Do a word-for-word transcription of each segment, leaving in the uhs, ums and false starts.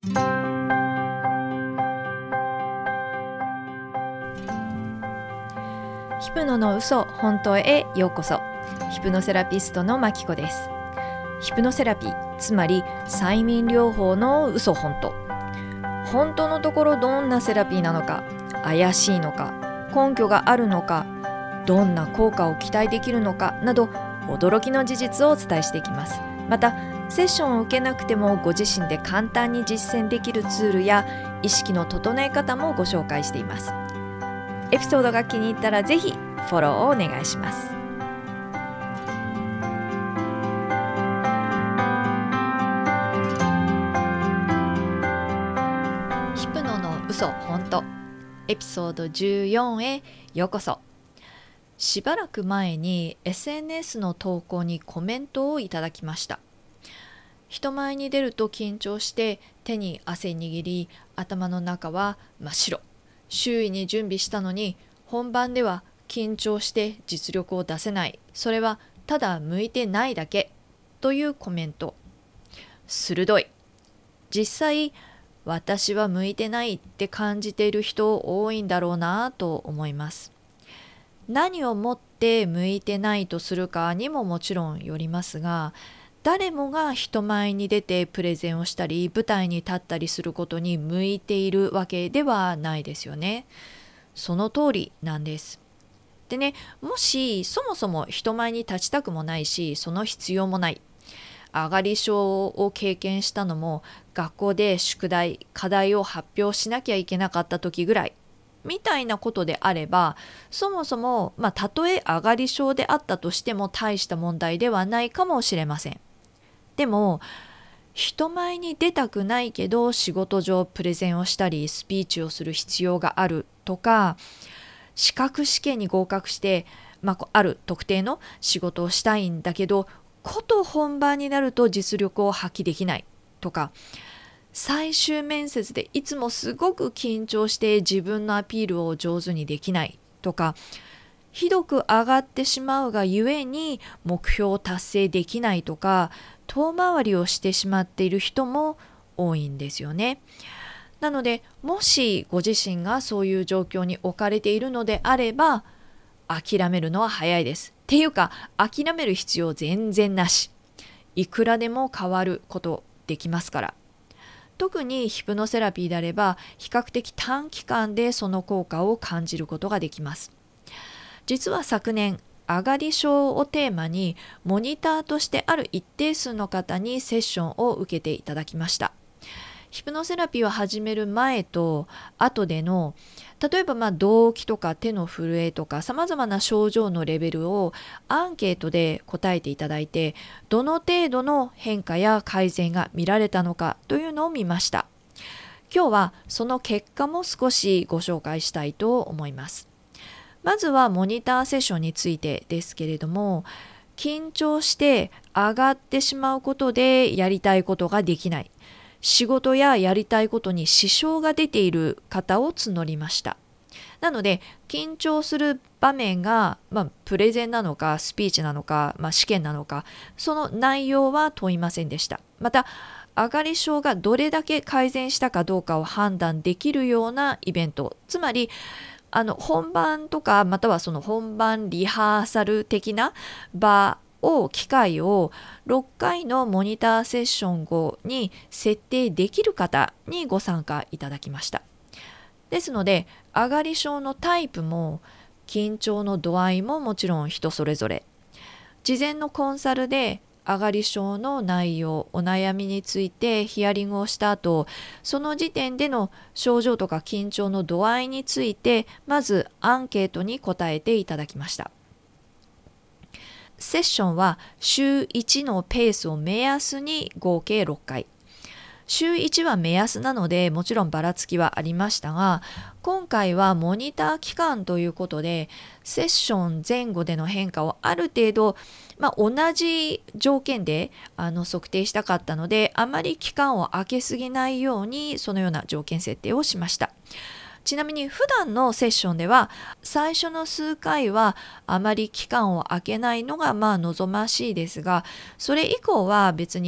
ヒプノの嘘本当へようこそ。ヒプノセラピストのまきこです。ヒプノセラピー、つまり催眠療法の嘘本当。本当のところどんなセラピーなのか、怪しいのか、根拠があるのか、どんな効果を期待できるのかなど、驚きの事実をお伝えしていきます。またセッションを受けなくてもご自身で簡単に実践できるツールや意識の整え方もご紹介しています。エピソードが気に入ったらぜひフォローをお願いします。ヒプノの嘘本当エピソードじゅうよんへようこそ。しばらく前に エスエヌエス の投稿にコメントをいただきました。人前に出ると緊張して手に汗握り、頭の中は真っ白。周囲に準備したのに本番では緊張して実力を出せない。それはただ向いてないだけというコメント。鋭い。実際私は向いてないって感じている人多いんだろうなと思います。何をもって向いてないとするかにももちろんよりますが、誰もが人前に出てプレゼンをしたり舞台に立ったりすることに向いているわけではないですよね。その通りなんです。でね、もしそもそも人前に立ちたくもないし、その必要もない。上がり症を経験したのも学校で宿題、課題を発表しなきゃいけなかった時ぐらい。みたいなことであれば、そもそも、まあ、たとえ上がり症であったとしても大した問題ではないかもしれません。でも、人前に出たくないけど仕事上プレゼンをしたりスピーチをする必要があるとか、資格試験に合格して、まあ、ある特定の仕事をしたいんだけど、こと本番になると実力を発揮できないとか、最終面接でいつもすごく緊張して自分のアピールを上手にできないとか、ひどく上がってしまうがゆえに目標を達成できないとか、遠回りをしてしまっている人も多いんですよね。なので、もしご自身がそういう状況に置かれているのであれば、諦めるのは早いです。っていうか、諦める必要全然なし。いくらでも変わることできますから。特にヒプノセラピーであれば比較的短期間でその効果を感じることができます。実は昨年、上がり症をテーマにモニターとしてある一定数の方にセッションを受けていただきました。ヒプノセラピーを始める前と後での、例えばまあ動悸とか手の震えとかさまざまな症状のレベルをアンケートで答えていただいて、どの程度の変化や改善が見られたのかというのを見ました。今日はその結果も少しご紹介したいと思います。まずはモニターセッションについてですけれども、緊張して上がってしまうことでやりたいことができない。仕事ややりたいことに支障が出ている方を募りました。なので、緊張する場面が、まあ、プレゼンなのか、スピーチなのか、まあ、試験なのか、その内容は問いませんでした。また、上がり症がどれだけ改善したかどうかを判断できるようなイベント、つまり、あの本番とか、またはその本番リハーサル的な場を機会をろっかいのモニターセッション後に設定できる方にご参加いただきました。ですので、上がり症のタイプも緊張の度合いももちろん人それぞれ。事前のコンサルで上がり症の内容、お悩みについてヒアリングをした後、その時点での症状とか緊張の度合いについてまずアンケートに答えていただきました。セッションは週いちのペースを目安に合計ろっかい。週いちは目安なのでもちろんばらつきはありましたが、今回はモニター期間ということでセッション前後での変化をある程度、まあ、同じ条件であの測定したかったので、あまり期間を空けすぎないようにそのような条件設定をしました。ちなみに普段のセッションでは最初の数回はあまり期間を空けないのがまあ望ましいですが、それ以降は別に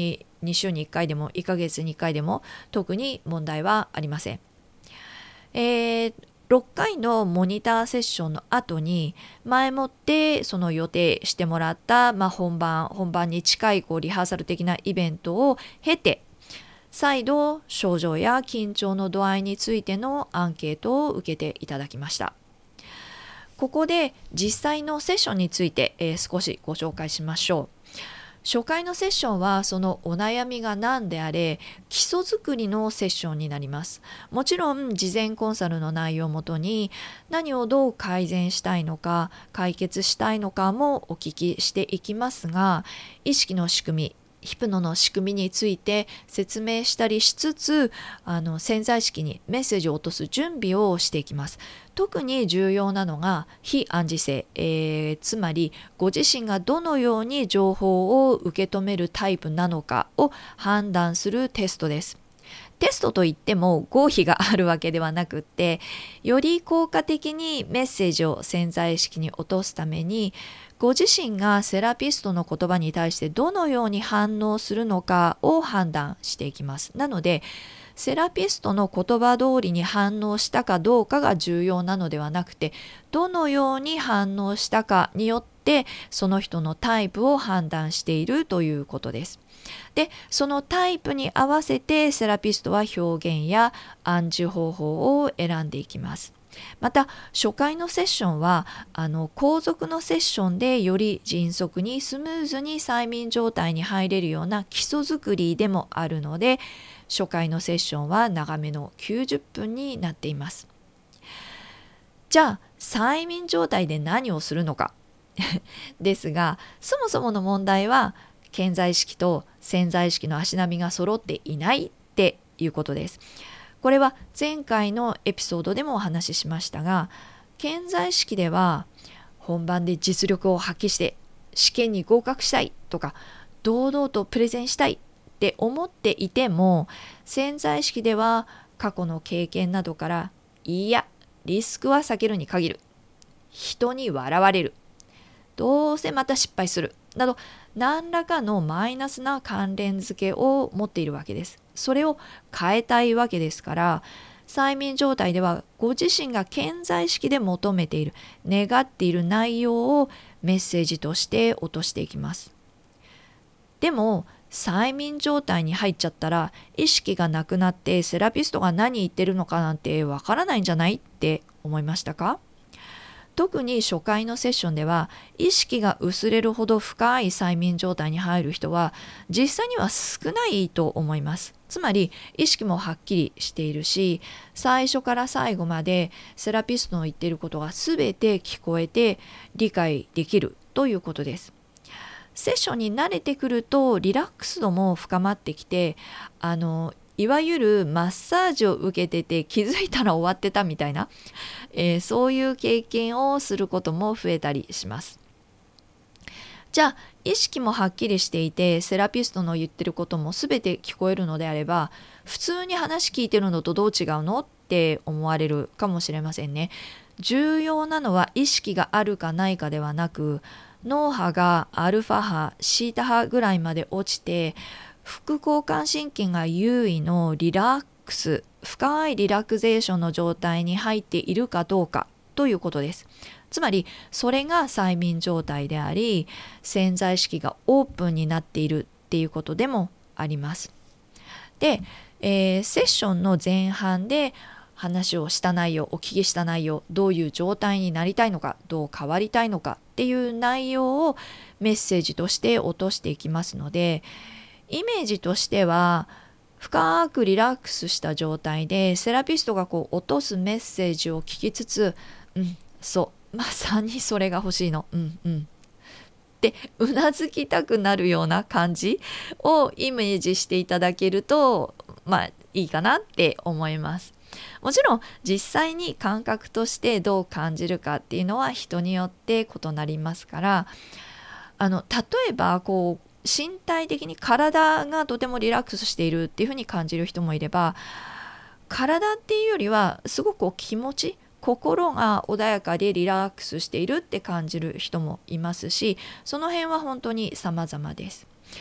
にしゅうにいっかいでもいっかげつにいっかいでも特に問題はありません。えーろっかいのモニターセッションの後に前もってその予定してもらった、まあ、本番本番に近いこうリハーサル的なイベントを経て、再度症状や緊張の度合いについてのアンケートを受けていただきました。ここで実際のセッションについて、えー、少しご紹介しましょう。初回のセッションはそのお悩みが何であれ基礎作りのセッションになります。もちろん事前コンサルの内容をもとに何をどう改善したいのか解決したいのかもお聞きしていきますが、意識の仕組み、ヒプノの仕組みについて説明したりしつつ、あの潜在意識にメッセージを落とす準備をしていきます。特に重要なのが非暗示性、えー、つまりご自身がどのように情報を受け止めるタイプなのかを判断するテストです。テストといっても合否があるわけではなくって、より効果的にメッセージを潜在意識に落とすために、ご自身がセラピストの言葉に対してどのように反応するのかを判断していきます。なのでセラピストの言葉通りに反応したかどうかが重要なのではなくて、どのように反応したかによってその人のタイプを判断しているということです。で、そのタイプに合わせてセラピストは表現や暗示方法を選んでいきます。また初回のセッションはあの後続のセッションでより迅速にスムーズに催眠状態に入れるような基礎作りでもあるので、初回のセッションは長めのきゅうじゅっぷんになっています。じゃあ催眠状態で何をするのかですが、そもそもの問題は顕在意識と潜在意識の足並みが揃っていないっていうことです。これは前回のエピソードでもお話ししましたが、顕在意識では本番で実力を発揮して試験に合格したいとか堂々とプレゼンしたいって思っていても、潜在意識では過去の経験などからいやリスクは避けるに限る、人に笑われる、どうせまた失敗するなど何らかのマイナスな関連付けを持っているわけです。それを変えたいわけですから、催眠状態ではご自身が顕在意識で求めている、願っている内容をメッセージとして落としていきます。でも催眠状態に入っちゃったら意識がなくなってセラピストが何言ってるのかなんてわからないんじゃないって思いましたか？特に初回のセッションでは意識が薄れるほど深い催眠状態に入る人は実際には少ないと思います。つまり意識もはっきりしているし、最初から最後までセラピストの言っていることが全て聞こえて理解できるということです。セッションに慣れてくるとリラックス度も深まってきて、あのいわゆるマッサージを受けてて気づいたら終わってたみたいな、えー、そういう経験をすることも増えたりします。じゃあ意識もはっきりしていてセラピストの言ってることも全て聞こえるのであれば、普通に話聞いてるのとどう違うのって思われるかもしれませんね。重要なのは意識があるかないかではなく、脳波がアルファ波、シータ波ぐらいまで落ちて副交感神経が優位のリラックス、深いリラクゼーションの状態に入っているかどうかということです。つまりそれが催眠状態であり、潜在意識がオープンになっているっていうことでもあります。で、えー、セッションの前半で話をした内容、お聞きした内容、どういう状態になりたいのか、どう変わりたいのかっていう内容をメッセージとして落としていきますので、イメージとしては深くリラックスした状態でセラピストがこう落とすメッセージを聞きつつ、うん、そうまさにそれが欲しいの、うんうんってうなずきたくなるような感じをイメージしていただけるとまあいいかなって思います。もちろん実際に感覚としてどう感じるかっていうのは人によって異なりますから、あの例えばこう身体的に体がとてもリラックスしているっていうふうに感じる人もいれば、体っていうよりはすごく気持ち、心が穏やかでリラックスしているって感じる人もいますし、その辺は本当に様々です。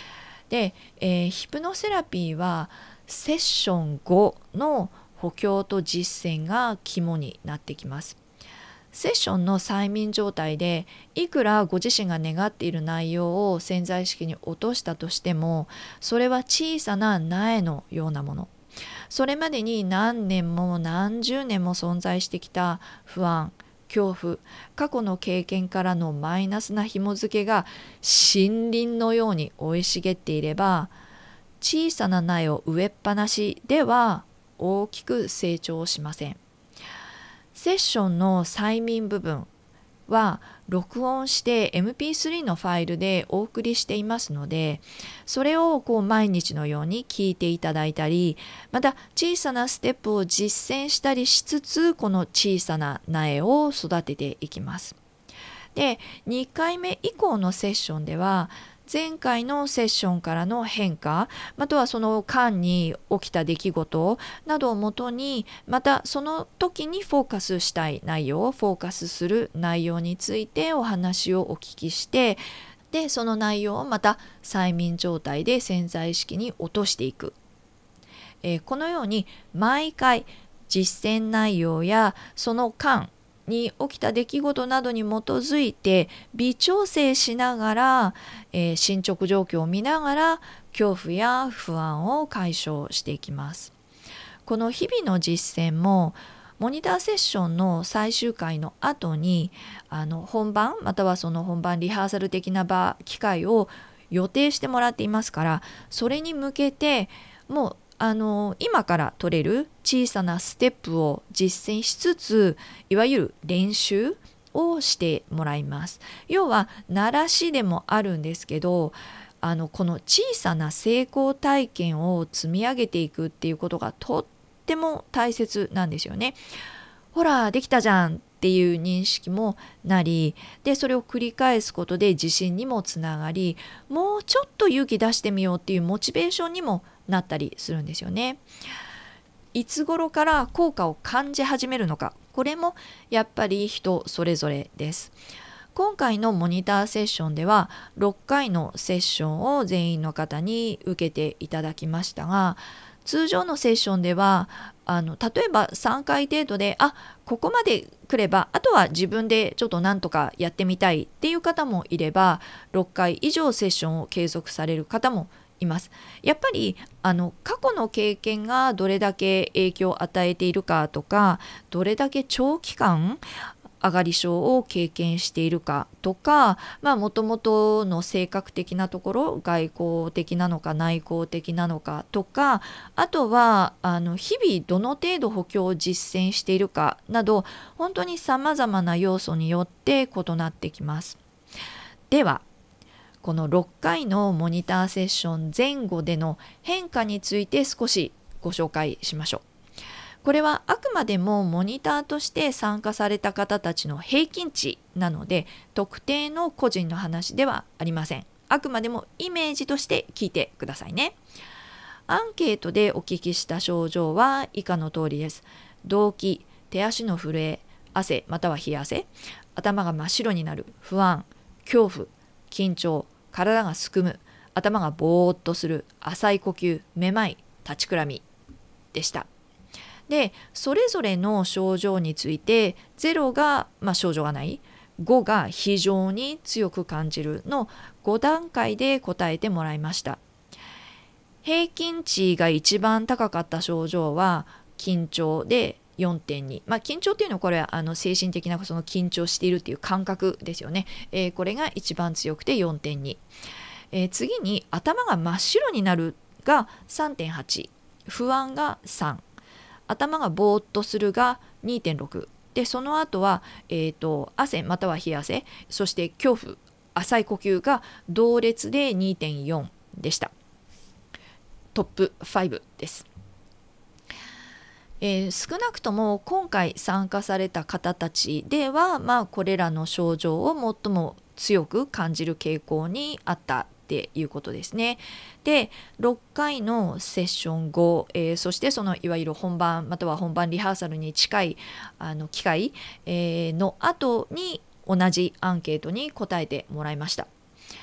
で、えーヒプノセラピーはセッション後の補強と実践が肝になってきます。セッションの催眠状態でいくらご自身が願っている内容を潜在意識に落としたとしても、それは小さな苗のようなもの、それまでに何年も何十年も存在してきた不安、恐怖、過去の経験からのマイナスな紐付けが森林のように生い茂っていれば、小さな苗を植えっぱなしでは大きく成長しません。セッションの催眠部分は録音して エムピースリー のファイルでお送りしていますので、それをこう毎日のように聞いていただいたり、また小さなステップを実践したりしつつ、この小さな苗を育てていきます。で、にかいめ以降のセッションでは、前回のセッションからの変化、またはその間に起きた出来事などをもとに、またその時にフォーカスしたい内容、フォーカスする内容についてお話をお聞きして、でその内容をまた催眠状態で潜在意識に落としていく、えーこのように毎回実践内容やその間に起きた出来事などに基づいて微調整しながら、えー進捗状況を見ながら恐怖や不安を解消していきます。この日々の実践もモニターセッションの最終回の後にあの本番またはその本番リハーサル的な場機会を予定してもらっていますから、それに向けてもうあの今から取れる小さなステップを実践しつつ、いわゆる練習をしてもらいます。要は慣らしでもあるんですけど、あのこの小さな成功体験を積み上げていくっていうことがとっても大切なんですよね。ほらできたじゃんっていう認識もなり、でそれを繰り返すことで自信にもつながり、もうちょっと勇気出してみようっていうモチベーションにもなったりするんですよね。いつ頃から効果を感じ始めるのか、これもやっぱり人それぞれです。今回のモニターセッションではろっかいのセッションを全員の方に受けていただきましたが、通常のセッションではあの例えばさんかい程度で、あ、ここまで来ればあとは自分でちょっとなんとかやってみたいっていう方もいれば、ろっかい以上セッションを継続される方もいます。やっぱりあの過去の経験がどれだけ影響を与えているかとか、どれだけ長期間上がり症を経験しているかとか、まあもともとの性格的なところ、外向的なのか内向的なのかとか、あとはあの日々どの程度補強を実践しているかなど、本当にさまざまな要素によって異なってきます。ではこのろっかいのモニターセッション前後での変化について少しご紹介しましょう。これはあくまでもモニターとして参加された方たちの平均値なので、特定の個人の話ではありません。あくまでもイメージとして聞いてくださいね。アンケートでお聞きした症状は以下の通りです。動悸、手足の震え、汗または冷や汗、頭が真っ白になる、不安、恐怖、緊張、体がすくむ、頭がぼーっとする、浅い呼吸、めまい、立ちくらみでした。でそれぞれの症状についてゼロが、まあ、症状がない、ごが非常に強く感じるのご段階で答えてもらいました。平均値が一番高かった症状は緊張で よんてんに、まあ、緊張っていうのはこれはあの精神的なその緊張しているっていう感覚ですよね、えー、これが一番強くて よんてんに、えー、次に頭が真っ白になるが さんてんはち、不安がさん、頭がぼーっとするが にてんろく で、その後は、えーと、汗または冷や汗、そして恐怖、浅い呼吸が同列で にてんよん でした。トップごです。えー、少なくとも今回参加された方たちでは、まあ、これらの症状を最も強く感じる傾向にあったっていうことですね。でろっかいのセッション後、えー、そしてそのいわゆる本番または本番リハーサルに近いあの機会、えー、の後に同じアンケートに答えてもらいました。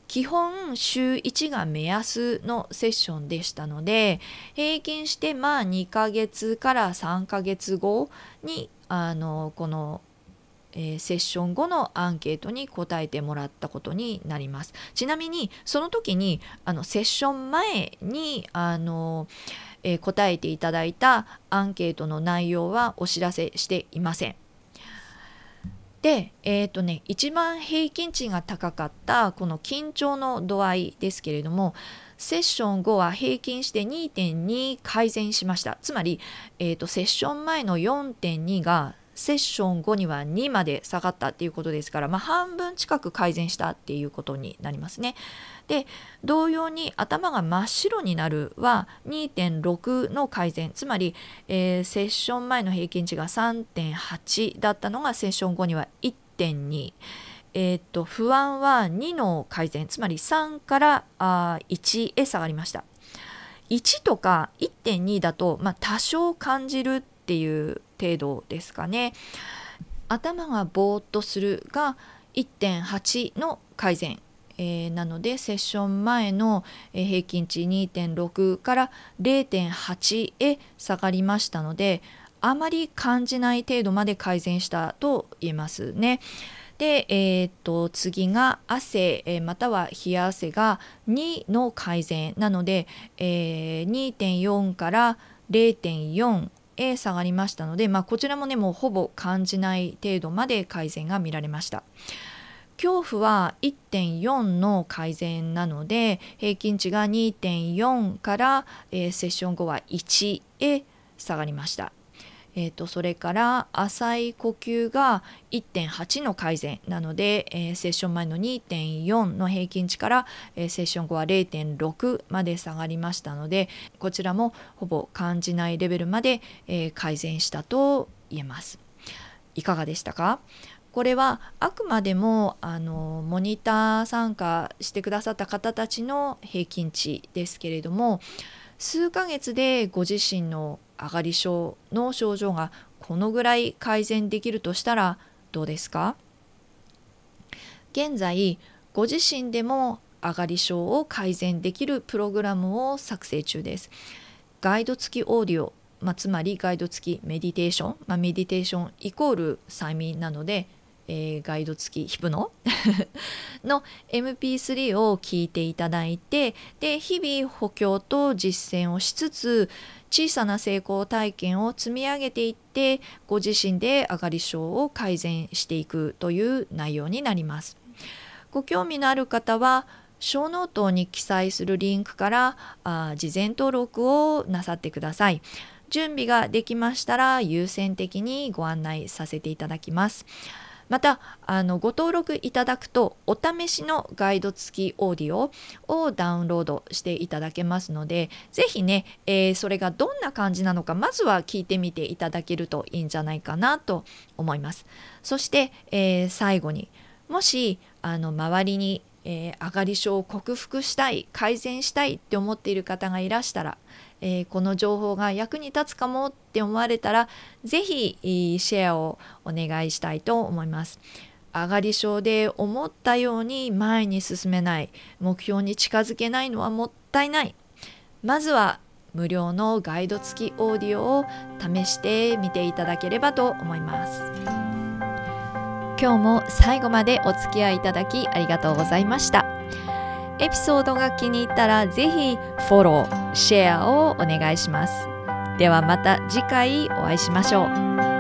基本週いちが目安のセッションでしたので、平均してまあにかげつからさんかげつごにあのこのえー、セッション後のアンケートに答えてもらったことになります。ちなみにその時にあのセッション前にあの、えー、答えていただいたアンケートの内容はお知らせしていません。で、えーとね、一番平均値が高かったこの緊張の度合いですけれども、セッション後は平均して にてんに 改善しました。つまり、えーと、セッション前の よんてんに がセッション後にはにまで下がったっていうことですから、まあ、半分近く改善したっていうことになりますね。で、同様に頭が真っ白になるは にてんろく の改善、つまり、えー、セッション前の平均値が さんてんはち だったのがセッション後には いってんに、えー、と不安はにの改善、つまりさんからあいちへ下がりました。いちとか いってんに だと、まあ、多少感じるっていう程度ですかね。頭がぼーっとするが いってんはち の改善、えー、なのでセッション前の平均値 にてんろく から れいてんはち へ下がりましたので、あまり感じない程度まで改善したと言えますね。で、えー、と次が汗、えー、または冷や汗がにの改善なので、えー、にてんよん から れいてんよん へ下がりましたので、まあ、こちらもねもうほぼ感じない程度まで改善が見られました。恐怖は いってんよん の改善なので、平均値が にてんよん から、えー、セッション後はいちへ下がりました。えー、とそれから浅い呼吸が いってんはち の改善なので、えー、セッション前の にてんよん の平均値から、えー、セッション後は れいてんろく まで下がりましたので、こちらもほぼ感じないレベルまで、えー、改善したと言えます。いかがでしたか？これはあくまでもあのモニター参加してくださった方たちの平均値ですけれども、数ヶ月でご自身の上がり症の症状がこのぐらい改善できるとしたらどうですか？現在ご自身でも上がり症を改善できるプログラムを作成中です。ガイド付きオーディオ、まあ、つまりガイド付きメディテーション、まあ、メディテーションイコール催眠なので、えー、ガイド付きヒプノの エムピースリー を聞いていただいて、で日々補強と実践をしつつ小さな成功体験を積み上げていって、ご自身で上がり症を改善していくという内容になります。ご興味のある方は小ノートに記載するリンクからあ事前登録をなさってください。準備ができましたら優先的にご案内させていただきます。またあのご登録いただくとお試しのガイド付きオーディオをダウンロードしていただけますので、ぜひね、えー、それがどんな感じなのかまずは聞いてみていただけるといいんじゃないかなと思います。そして、えー、最後にもしあの周りに、えー、上がり症を克服したい、改善したいって思っている方がいらしたら、えー、この情報が役に立つかもって思われたらぜひシェアをお願いしたいと思います。上がり症で思ったように前に進めない、目標に近づけないのはもったいない。まずは無料のガイド付きオーディオを試してみていただければと思います。今日も最後までお付き合いいただきありがとうございました。エピソードが気に入ったらぜひフォロー、シェアをお願いします。ではまた次回お会いしましょう。